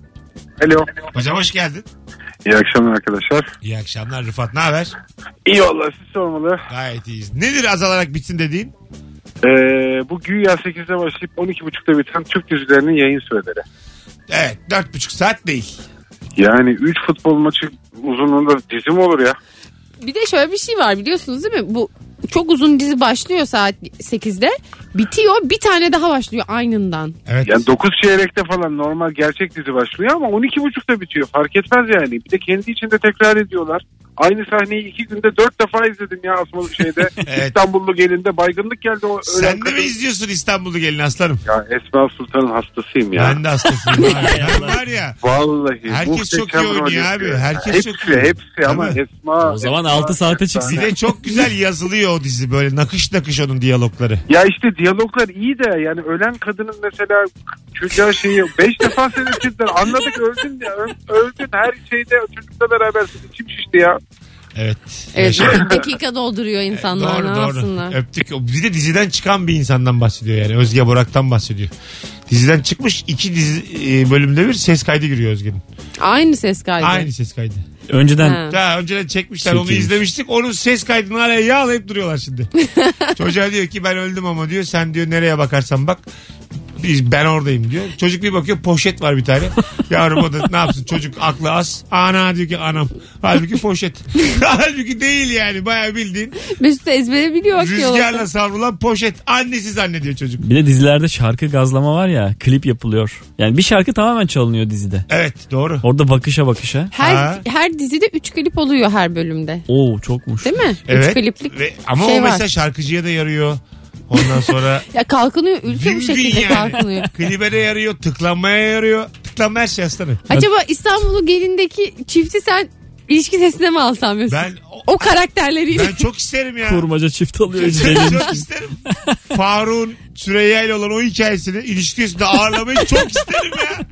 Alo. Hocam hoş geldin. İyi akşamlar arkadaşlar. İyi akşamlar Rıfat. Ne haber? İyi valla siz sormalı. Gayet iyiyiz. Nedir azalarak bitsin dediğin? Ee, bu güya sekizde başlayıp on iki buçukta biten Türk dizilerinin yayın süreleri. Evet dört buçuk saat değil. Yani üç futbol maçı uzunluğunda dizi mi olur ya? Bir de şöyle bir şey var biliyorsunuz değil mi? Bu çok uzun dizi başlıyor saat sekizde. Bitiyor bir tane daha başlıyor aynından. Evet. Yani dokuz çeyrekte falan normal gerçek dizi başlıyor ama on iki buçukta bitiyor. Fark etmez yani. Bir de kendi içinde tekrar ediyorlar. Aynı sahneyi iki günde dört defa izledim ya Asmalı şeyde. Evet. İstanbullu gelinde baygınlık geldi. O Sen de mi izliyorsun İstanbul'u gelin aslanım? Ya Esma Sultan'ın hastasıyım ya. Ben de hastasıyım. Ben var ya. Vallahi. Herkes çok iyi muhteşem oynuyor rol abi. yapıyor. Herkes hepsi, çok iyi. Hepsi ama Değil mi? Esma. O zaman Esma, altı saate çıksın. Bir de çok güzel yazılıyor o dizi. Böyle nakış nakış onun diyalogları. Ya işte diyaloglar iyi de yani ölen kadının mesela çocuğa şeyi beş defa seyrettirdiler. Anladık öldün ya. Öldün her şeyde çocukla berabersin. İçim şişti ya. Evet. Evet Yaşa- dakika dolduruyor insanlar Doğru ne doğru. yapsınlar. Öptük. Bir de diziden çıkan bir insandan bahsediyor yani. Özge Borak'tan bahsediyor. Diziden çıkmış iki dizi e, bölümde bir ses kaydı giriyor Özge'nin. Aynı ses kaydı. Aynı ses kaydı. Önceden Ha. Daha önceden çekmişler onu Çekilmiş. izlemiştik. Onun ses kaydını araya yağlayıp duruyorlar şimdi. Çocuğa diyor ki ben öldüm ama diyor sen diyor nereye bakarsan bak biz, ben oradayım diyor. Çocuk bir bakıyor poşet var bir tane. Yavrum o da ne yapsın çocuk aklı az. Ana diyor ki anam. Halbuki poşet. Halbuki değil yani bayağı bildiğin Mesut ezbere biliyor. bak rüzgarla yolda. savrulan poşet. Annesi zannediyor çocuk. bir de dizilerde şarkı gazlama var ya, klip yapılıyor. Yani bir şarkı tamamen çalınıyor dizide. Evet doğru. Orada bakışa bakışa. Her, Ha. her dizide üç klip oluyor her bölümde. Oo çokmuş. Değil mi? Evet. Üç kliplik Ve, ama şey o var. mesela şarkıcıya da yarıyor. Ondan sonra Ya kalkınıyor ülke Vin bu vin şekilde yani. kalkınıyor. Klibe de yarıyor, tıklanmaya yarıyor. Tıklanma her şey aslanım. Acaba İstanbul'u gelindeki çifti sen ilişki testine mi alsan Mesut? Ben o, O karakterleriyle. ben çok isterim ya. Kurmaca çift alıyor. Ben Celil. çok isterim. Faruk'un Süreyya ile olan o hikayesini ilişkisinde ağırlamayı çok isterim ya.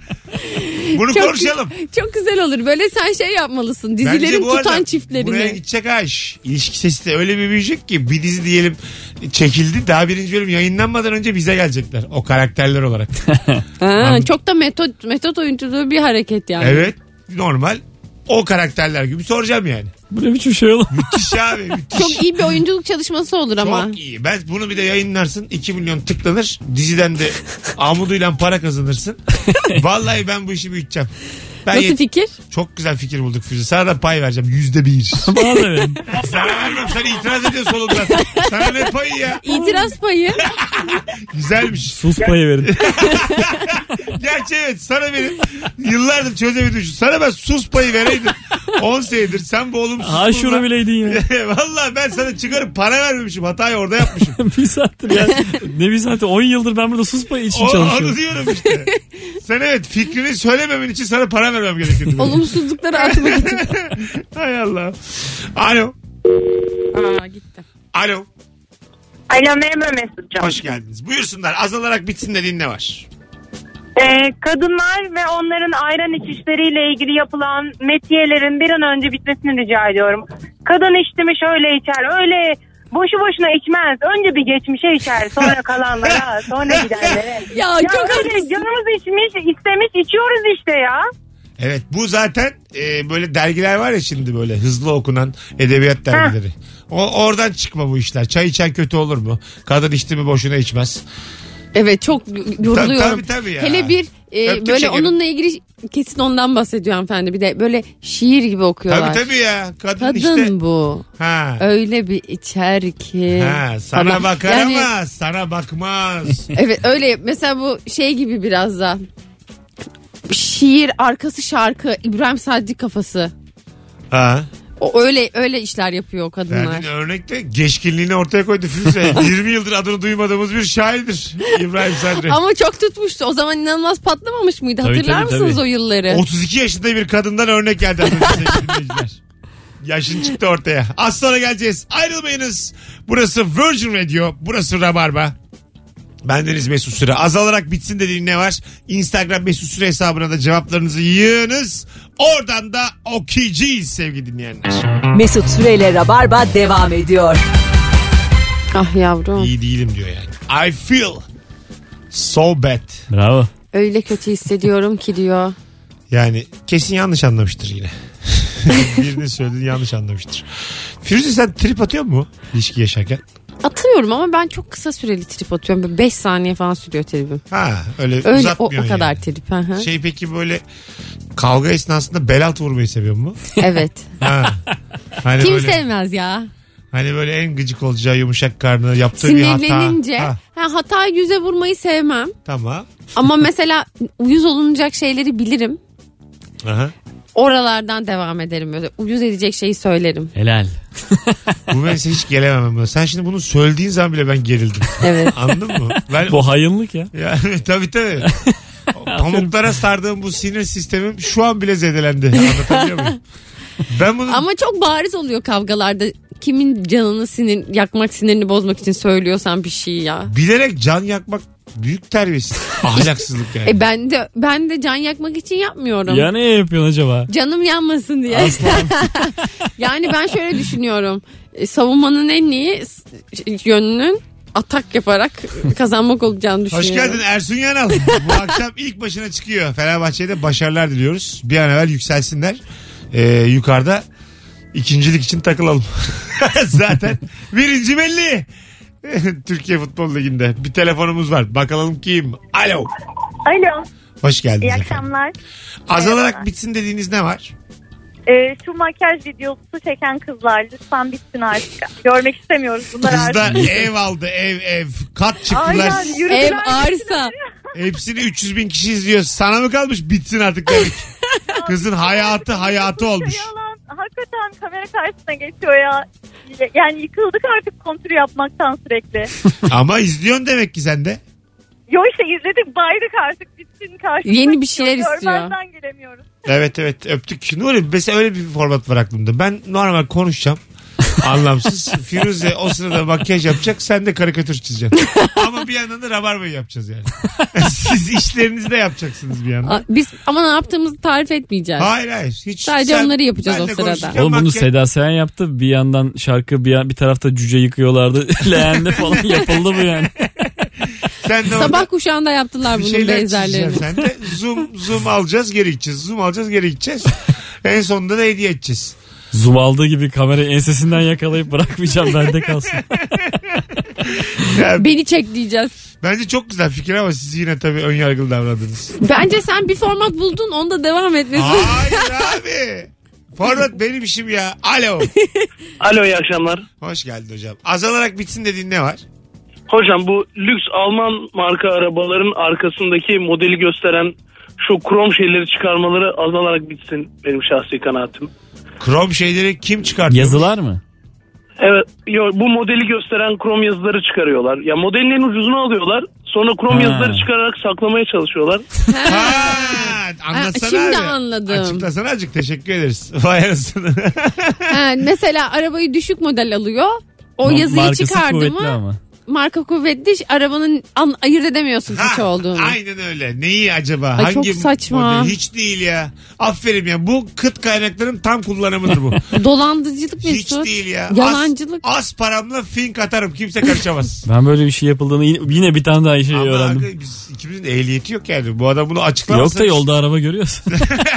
Bunu Çok- konuşalım. Çok güzel olur. Böyle sen şey yapmalısın. Bence Dizilerin bu arada tutan çiftlerini. buraya gidecek ha iş. İlişki sesi de öyle bir büyüyecek ki bir dizi diyelim çekildi. Daha birinci bölüm yayınlanmadan önce bize gelecekler. O karakterler olarak. Ha, Anladım. çok da metot metot oyunculuğu bir hareket yani. Evet. Normal. O karakterler gibi soracağım yani. Bu ne biçim şey oğlum? Müthiş abi müthiş. Çok iyi bir oyunculuk çalışması olur ama. Çok iyi. Ben bunu bir de yayınlarsın. iki milyon tıklanır. Diziden de amuduyla para kazanırsın. Vallahi ben bu işi büyüteceğim. Ben Nasıl yet- fikir? Çok güzel fikir bulduk Firuze. Sana da pay vereceğim. Yüzde bir. Bana da verin. Sana vermem. Sen itiraz ediyorsun solundan. Sana ne payı ya? İtiraz payı. Güzelmiş. Sus payı verin. Gerçi evet sana benim yıllardır çözemediğim şu. Sana ben sus payı vereydim. on senedir sen bu olumsuz. Ha şunu bileydin ya. Valla ben sana çıkarıp para vermemişim. Hatayı orada yapmışım. Bir saattir ya. Ne bir saattir? on yıldır ben burada sus payı için O, çalışıyorum. onu diyorum işte. Sen evet fikrini söylememen için sana para vermem gerekiyordu. Olumsuzlukları atmak için. Hay Allah. Alo. Aa gitti. Alo. Alo merhaba Mesut'cum. Hoş geldiniz. Buyursunlar. Azalarak bitsin dediğin ne var? Ee, kadınlar ve onların ayran içişleriyle ilgili yapılan metiyelerin bir an önce bitmesini rica ediyorum. Kadın içti mi şöyle içer, öyle boşu boşuna içmez. Önce bir geçmişe içer, sonra kalanlara, sonra gidenlere. Ya, Ya çok öyle haklısın. canımız içmiş, istemiş, içiyoruz işte ya. Evet bu zaten e, böyle dergiler var ya şimdi böyle hızlı okunan edebiyat dergileri. O, oradan çıkma bu işler. Çay içen kötü olur mu? Kadın içti mi boşuna içmez. Evet çok yoruluyorum. Tabii, tabii ya. Hele bir e, Öptük böyle şekerim. onunla ilgili kesin ondan bahsediyor hanımefendi. Bir de böyle şiir gibi okuyorlar. Tabii tabii ya. Kadın, Kadın işte. bu. Ha. Öyle bir içer ki. Ha, sana falan. bakar Yani- ama sana bakmaz. Evet öyle mesela bu şey gibi biraz da. Şiir arkası şarkı İbrahim Sadri kafası. Ha. O öyle öyle işler yapıyor o kadınlar. Verdiğin örnekte geçkinliğini ortaya koydu Firuze. yirmi yıldır adını duymadığımız bir şairdir İbrahim Sadri. Ama çok tutmuştu. O zaman inanılmaz patlamamış mıydı? Tabii, Hatırlar tabii, mısınız tabii. o yılları? otuz iki yaşında bir kadından örnek geldi az önce sevgili dinleyiciler. Yaşın çıktı ortaya. Az sonra geleceğiz. Ayrılmayınız. Burası Virgin Radio. Burası Rabarba. Bendeniz Mesut Süre. Azalarak bitsin dediğin ne var? Instagram Mesut Süre hesabına da cevaplarınızı yığınız. Oradan da okuyacağız sevgili dinleyenler. Mesut Süreyle Rabarba devam ediyor. Ah yavrum. İyi değilim diyor yani. I feel so bad. Bravo. Öyle kötü hissediyorum ki diyor. Yani kesin yanlış anlamıştır yine. Birinin söylediğini yanlış anlamıştır. Firuze sen trip atıyor mu ilişki yaşarken? Atıyorum ama ben çok kısa süreli trip atıyorum. beş saniye falan sürüyor tripim. Ha öyle, Öyle o, uzatmıyorsun o kadar yani. trip. Hı hı. Şey peki böyle kavga esnasında bel altı vurmayı seviyor mu? Evet. Ha. Hani Kim böyle, sevmez ya? hani böyle en gıcık olacağı yumuşak karnı yaptığı bir hata. Sinirlenince Ha, ha, hata yüze vurmayı sevmem. tamam. Ama mesela uyuz olunacak şeyleri bilirim. Aha. Oralardan devam ederim böyle. Uyuz edecek şeyi söylerim. Helal. Bu mesela hiç gelemem buna. Sen şimdi bunu söylediğin zaman bile ben gerildim. Evet. Anladın mı? Ben, Bu hayınlık ya. ya, tabii tabii. Pamuklara sardığım bu sinir sistemim şu an bile zedelendi. Anlatabiliyor muyum? Ben bunu Ama çok bariz oluyor kavgalarda. Kimin canını sinir, yakmak sinirini bozmak için söylüyorsan bir şey ya. bilerek can yakmak büyük terbiyesiz. Ahlaksızlık yani. E ben de ben de can yakmak için yapmıyorum. Ya ne yapıyorsun acaba? Canım yanmasın diye. Aslan. Yani ben şöyle düşünüyorum. E, savunmanın en iyi s- yönünün atak yaparak kazanmak olacağını Hoş düşünüyorum. geldin Ersun Yanal. Bu akşam ilk başına çıkıyor. Fenerbahçe'ye de başarılar diliyoruz. Bir an evvel yükselsinler. Ee, yukarıda ikincilik için takılalım. Zaten birinci belli. Türkiye Futbol Ligi'nde. Bir telefonumuz var. Bakalım kim? Alo. Alo. Hoş geldiniz İyi efendim. akşamlar. Azalarak bitsin dediğiniz ne var? Ee, şu makyaj videosu çeken kızlar lütfen bitsin artık. Görmek istemiyoruz bunları Kızlar artık. ev aldı ev ev. Kat çıktılar. Aynen, yürüdüler, Ev gittiler. arsa. Hepsini üç yüz bin kişi izliyor. Sana mı kalmış bitsin artık demek. Kızın hayatı hayatı olmuş. Yalan. Hakikaten kamera karşısına geçiyor ya. Yani yıkıldık artık kontür yapmaktan sürekli. Ama izliyorsun demek ki sen de. Yo işte izledik baydık artık bitsin karşımıza. Yeni bir şeyler istiyor. Görmezden gelemiyoruz. Evet evet öptük. Nuri mesela öyle bir format var aklımda. Ben normal konuşacağım. Anlamsız. Firuze o sırada makyaj yapacak. Sen de karikatür çizeceksin. Ama bir yandan da rabarbayı yapacağız yani. Siz işlerinizi de yapacaksınız bir yandan. A- Biz ama ne yaptığımızı tarif etmeyeceğiz. Hayır hayır. Hiç Sadece sen- onları yapacağız benle o sırada. konuşurken Oğlum bunu makyaj- Seda Sayan yaptı. Bir yandan şarkı bir, bir tarafta cüce yıkıyorlardı. Leğende falan yapıldı bu yani. Sen de Sabah orada kuşağında yaptılar bir bunun şeyler benzerlerini. çizeceksin. Sen de zoom, zoom alacağız geri gideceğiz. Zoom alacağız geri gideceğiz. En sonunda da hediye edeceğiz. Zoom aldığı gibi kamerayı ensesinden yakalayıp bırakmayacağım bende kalsın. Ya, Beni çek diyeceğiz. bence çok güzel fikir ama siz yine tabii ön yargılı davrandınız. Bence sen bir format buldun, onda devam etmesin. Hayır abi. Format benim işim ya. Alo. Alo, iyi akşamlar. Hoş geldin hocam. Azalarak bitsin dediğin ne var? Hocam bu lüks Alman marka arabaların arkasındaki modeli gösteren şu krom şeyleri çıkarmaları azalarak bitsin benim şahsi kanaatim. Krom şeyleri kim çıkartıyor? Yazılar mı? Evet, yo, bu modeli gösteren krom yazıları çıkarıyorlar. Ya modelin en ucuzunu alıyorlar. Sonra krom Ha. yazıları çıkararak saklamaya çalışıyorlar. Ha, anlatsana Şimdi abi. anladım. Açıklasana azıcık, teşekkür ederiz. Vay anasını. Ha, mesela arabayı düşük model alıyor. O Ma- yazıyı markası çıkardı kuvvetli mı? ama. Marka kuvvetli, arabanın an, ayırt edemiyorsun kaç Ha, olduğunu. aynen öyle. Neyi acaba? Ay, Hangi çok saçma. model? Hiç değil ya. Aferin ya. Bu kıt kaynakların tam kullanımıdır bu. Dolandırıcılık Hiç Mesut. değil ya. Yalancılık. Az, az paramla fink atarım. Kimse karışamaz. Ben böyle bir şey yapıldığını yine, yine bir tane daha şey Ama öğrendim. abi, biz ikimizin de ehliyeti yok yani. Bu adam bunu açıklamasa. Yok da yolda araba görüyorsun.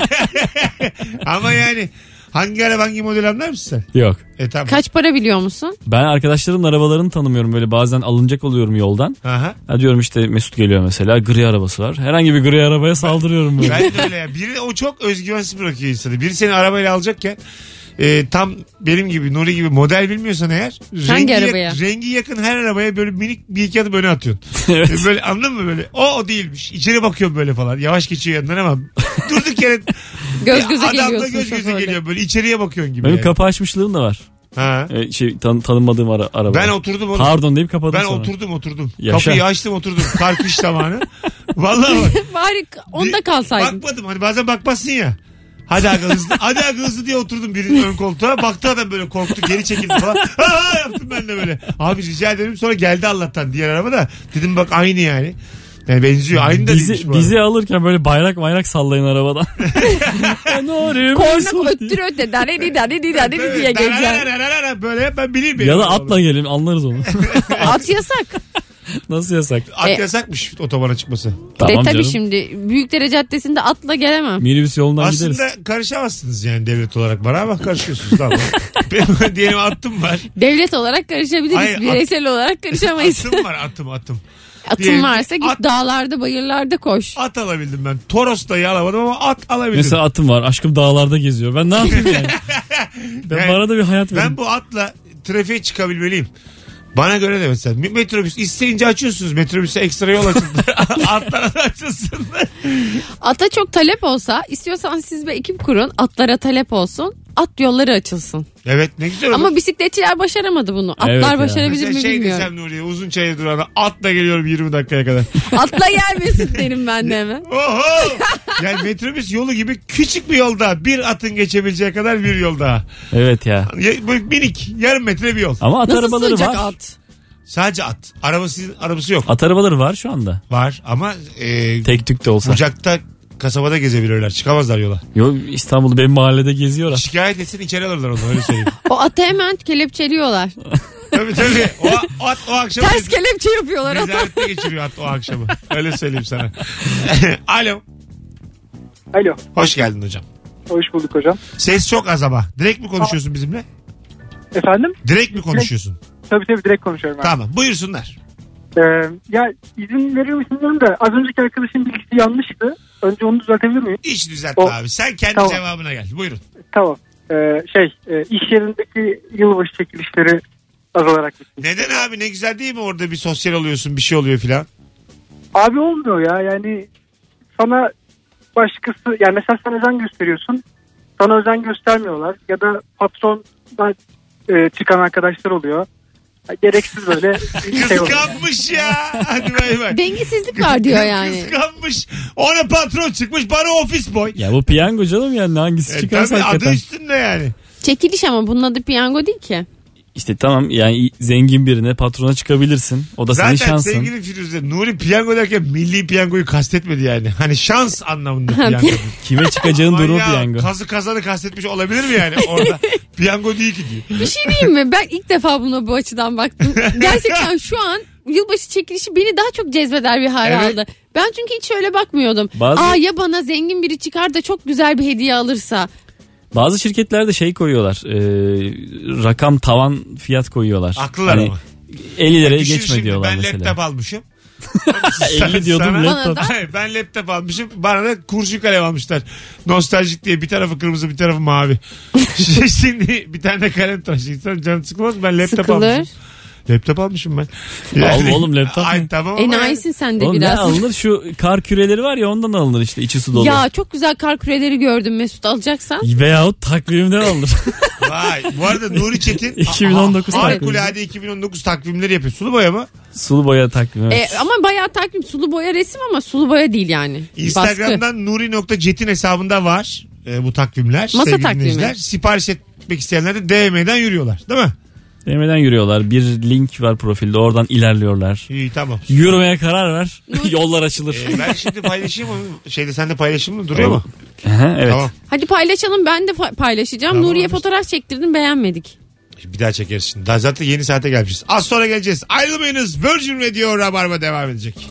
Ama yani hangi araba hangi model anlar mısın sen? Yok. E tamam. Kaç para biliyor musun? Ben arkadaşlarımın arabalarını tanımıyorum. Böyle bazen alınacak oluyorum yoldan. Aha. Ha diyorum işte Mesut geliyor mesela. Gri arabası var. Herhangi bir gri arabaya saldırıyorum böyle. Ben de öyle ya. Biri o çok özgüvensiz bırakıyor insanı. Biri seni arabayla alacakken e, tam benim gibi Nuri gibi model bilmiyorsan eğer rengi, yak- arabaya? rengi yakın her arabaya böyle minik bir iki adım öne atıyorsun. Evet. E, böyle anladın mı böyle? O o değilmiş. İçeri bakıyorum böyle falan. Yavaş geçiyor yanından ama durduk yere Göz göze adamla geliyorsun göz göze şoförle. geliyor böyle içeriye bakıyorsun gibi. Benim yani. kapı açmışlığım da var. Ha. Ee, şey tan- tanımadığım ara- araba. Ben oturdum onu. Pardon deyip kapadım Ben sonra. oturdum oturdum. Yaşa. Kapıyı açtım oturdum. Kar kış zamanı. Vallahi bak. Bari onda kalsaydın. Bakmadım hani bazen bakmazsın ya. Hadi aga hızlı. Hadi aga hızlı diye oturdum birinin ön koltuğa. Baktı adam böyle korktu geri çekildi falan. Ha, ha yaptım ben de böyle. Abi rica ederim sonra geldi Allah'tan diğer araba da. Dedim bak aynı yani. Yani benziyor. Aynı da değilmiş Bizi, bu bizi alırken böyle bayrak bayrak sallayın arabadan. Korna öttür öte dari dari dari dari arada. diye geleceksin. Darararararara böyle yap ben bileyim. benim Ya da arabamı. atla gelin anlarız onu. At yasak. Nasıl yasak? At E- yasakmış otobana çıkması. Tamam De tabii canım. şimdi Büyükdere Caddesi'nde atla gelemem. Minibüs yolundan Aslında gideriz. karışamazsınız yani devlet olarak bana ama karışıyorsunuz. Tamam. Benim diyelim attım var. Devlet olarak karışabiliriz. Hayır, at- Bireysel olarak karışamayız. Atım var atım atım. Atın diyelim ki varsa git at- dağlarda bayırlarda koş. At alabildim ben. Toros dayı alamadım ama at alabildim. Mesela atım var. Aşkım dağlarda geziyor. Ben ne yapayım yani? Ben Yani bana da bir hayat verin. Ben bu atla trafiğe çıkabilmeliyim. Bana göre de mesela metrobüs isteyince açıyorsunuz, metrobüse ekstra yol açıldı. Atlara da açılsın. Ata çok talep olsa, istiyorsan siz bir ekip kurun, atlara talep olsun, at yolları açılsın. Evet ne güzel olur. Ama bisikletçiler başaramadı bunu. Atlar Evet ya. başarabilir Mesela mi şey bilmiyorum. desem Nuriye uzun çaya durana atla geliyorum yirmi dakikaya kadar. Atla gelmesin derim ben de hemen. Oho! Yani metrobüs yolu gibi küçük bir yolda bir atın geçebileceği kadar bir yol daha. Evet ya. Ya, böyle minik yarım metre bir yol. Ama at Nasıl arabaları sığacak var. at? Sadece at. Arabası, arabası yok. At arabaları var şu anda. Var ama e, Tek tük de olsa. bucakta kasabada gezebilirler. Çıkamazlar yola. Yo İstanbul'da benim mahallede geziyorlar. Şikayet etsin içeri alırlar onu öyle söyleyeyim. O atı hemen kelepçeliyorlar. Tabii tabii. O, o at o akşam Ters kelepçe yapıyorlar ata. nezarette geçiriyor at o akşamı. Öyle söyleyeyim sana. Alo. Alo. Hoş geldin hocam. Hoş bulduk hocam. Ses çok az ama. Direkt mi konuşuyorsun bizimle? Efendim? Direkt mi konuşuyorsun? Tabii tabii direkt konuşuyorum. Ben. Tamam. Buyursunlar. Ee, ya izin verir misin bilmiyorum da az önceki arkadaşın bilgisi yanlıştı. Önce onu düzeltebilir miyim? Hiç düzeltme O- abi. Sen kendi Tamam. cevabına gel. Buyurun. Tamam. Ee, şey e, iş yerindeki yılbaşı çekilişleri azalarak bitti. Neden abi? Ne güzel değil mi? Orada bir sosyal oluyorsun. Bir şey oluyor filan. Abi olmuyor ya yani sana başkası yani mesela sen özen gösteriyorsun. Sana özen göstermiyorlar ya da patrondan e, çıkan arkadaşlar oluyor. Gereksiz böyle bir şey oluyor. Kıskanmış ya. Hadi bay bay. Dengesizlik var diyor yani. Kıskanmış. Ona patron çıkmış. Bana ofis boy. Ya bu piyango canım yani hangisi E, çıkarsa tabii adı hakikaten. üstünde yani. Çekiliş ama bunun adı piyango değil ki. İşte tamam yani zengin birine patrona çıkabilirsin. O da senin Zaten şansın. sevgili Firuze Nuri piyango derken milli piyangoyu kastetmedi yani. Hani şans anlamında piyango. Kime çıkacağın Aman durumu ya, piyango. Kazı kazanı kastetmiş olabilir mi yani orada? Piyango değil ki diyor. Bir şey diyeyim mi? Ben ilk defa buna bu açıdan baktım. Gerçekten şu an yılbaşı çekilişi beni daha çok cezbeder bir hale Evet. aldı. Ben çünkü hiç öyle bakmıyordum. Bazı- Aa ya bana zengin biri çıkar da çok güzel bir hediye alırsa. Bazı şirketlerde şey koyuyorlar. E, rakam tavan fiyat koyuyorlar. Haklılar Hani ama. elli liraya Düşün geçme şimdi, diyorlar ben mesela. laptop almışım. elli diyordum Sana- laptop. Hayır, ben laptop almışım. Bana da kurşun kalem almışlar. Nostaljik diye bir tarafı kırmızı bir tarafı mavi. Şimdi bir tane kalem tıraşı. İnsan canı sıkılmaz mı? Ben laptop Sıkılır. almışım. Laptop almışım ben. Al oğlum, laptop Ay, ne? tamam ama yani- Enayisin sen de Oğlum ne biraz. alınır? Şu kar küreleri var ya, ondan alınır işte, içi su dolu. Ya çok güzel kar küreleri gördüm Mesut, alacaksan. Veyahut takvimden alınır. Vay. Bu arada Nuri Çetin iki bin on dokuz Ha- takvimi. Harikulade iki bin on dokuz takvimleri yapıyor. Sulu boya mı? Sulu boya takvimi. Evet. E, ama bayağı takvim, sulu boya resim ama sulu boya değil yani. Baskı. Instagram'dan nuri nokta cetin hesabında var e, bu takvimler. Masa sevgili takvimi. dinleyiciler. Sipariş etmek isteyenler de D M'den yürüyorlar. Değil mi? D M'den yürüyorlar. Bir link var profilde, oradan ilerliyorlar. İyi, tamam. Yürümeye karar ver. Yollar açılır. E, ben şimdi paylaşayım mı? Şeyde sen de paylaşayım mı? Duruyor mu? Aha, evet. Tamam. Hadi paylaşalım, ben de fa- paylaşacağım. Tamam, Nuriye abi. fotoğraf çektirdim, beğenmedik. Bir daha çekeriz şimdi. Daha zaten yeni saate gelmişiz. Az sonra geleceğiz. Ayrılmayınız. Virgin Radio Rabarba devam edecek.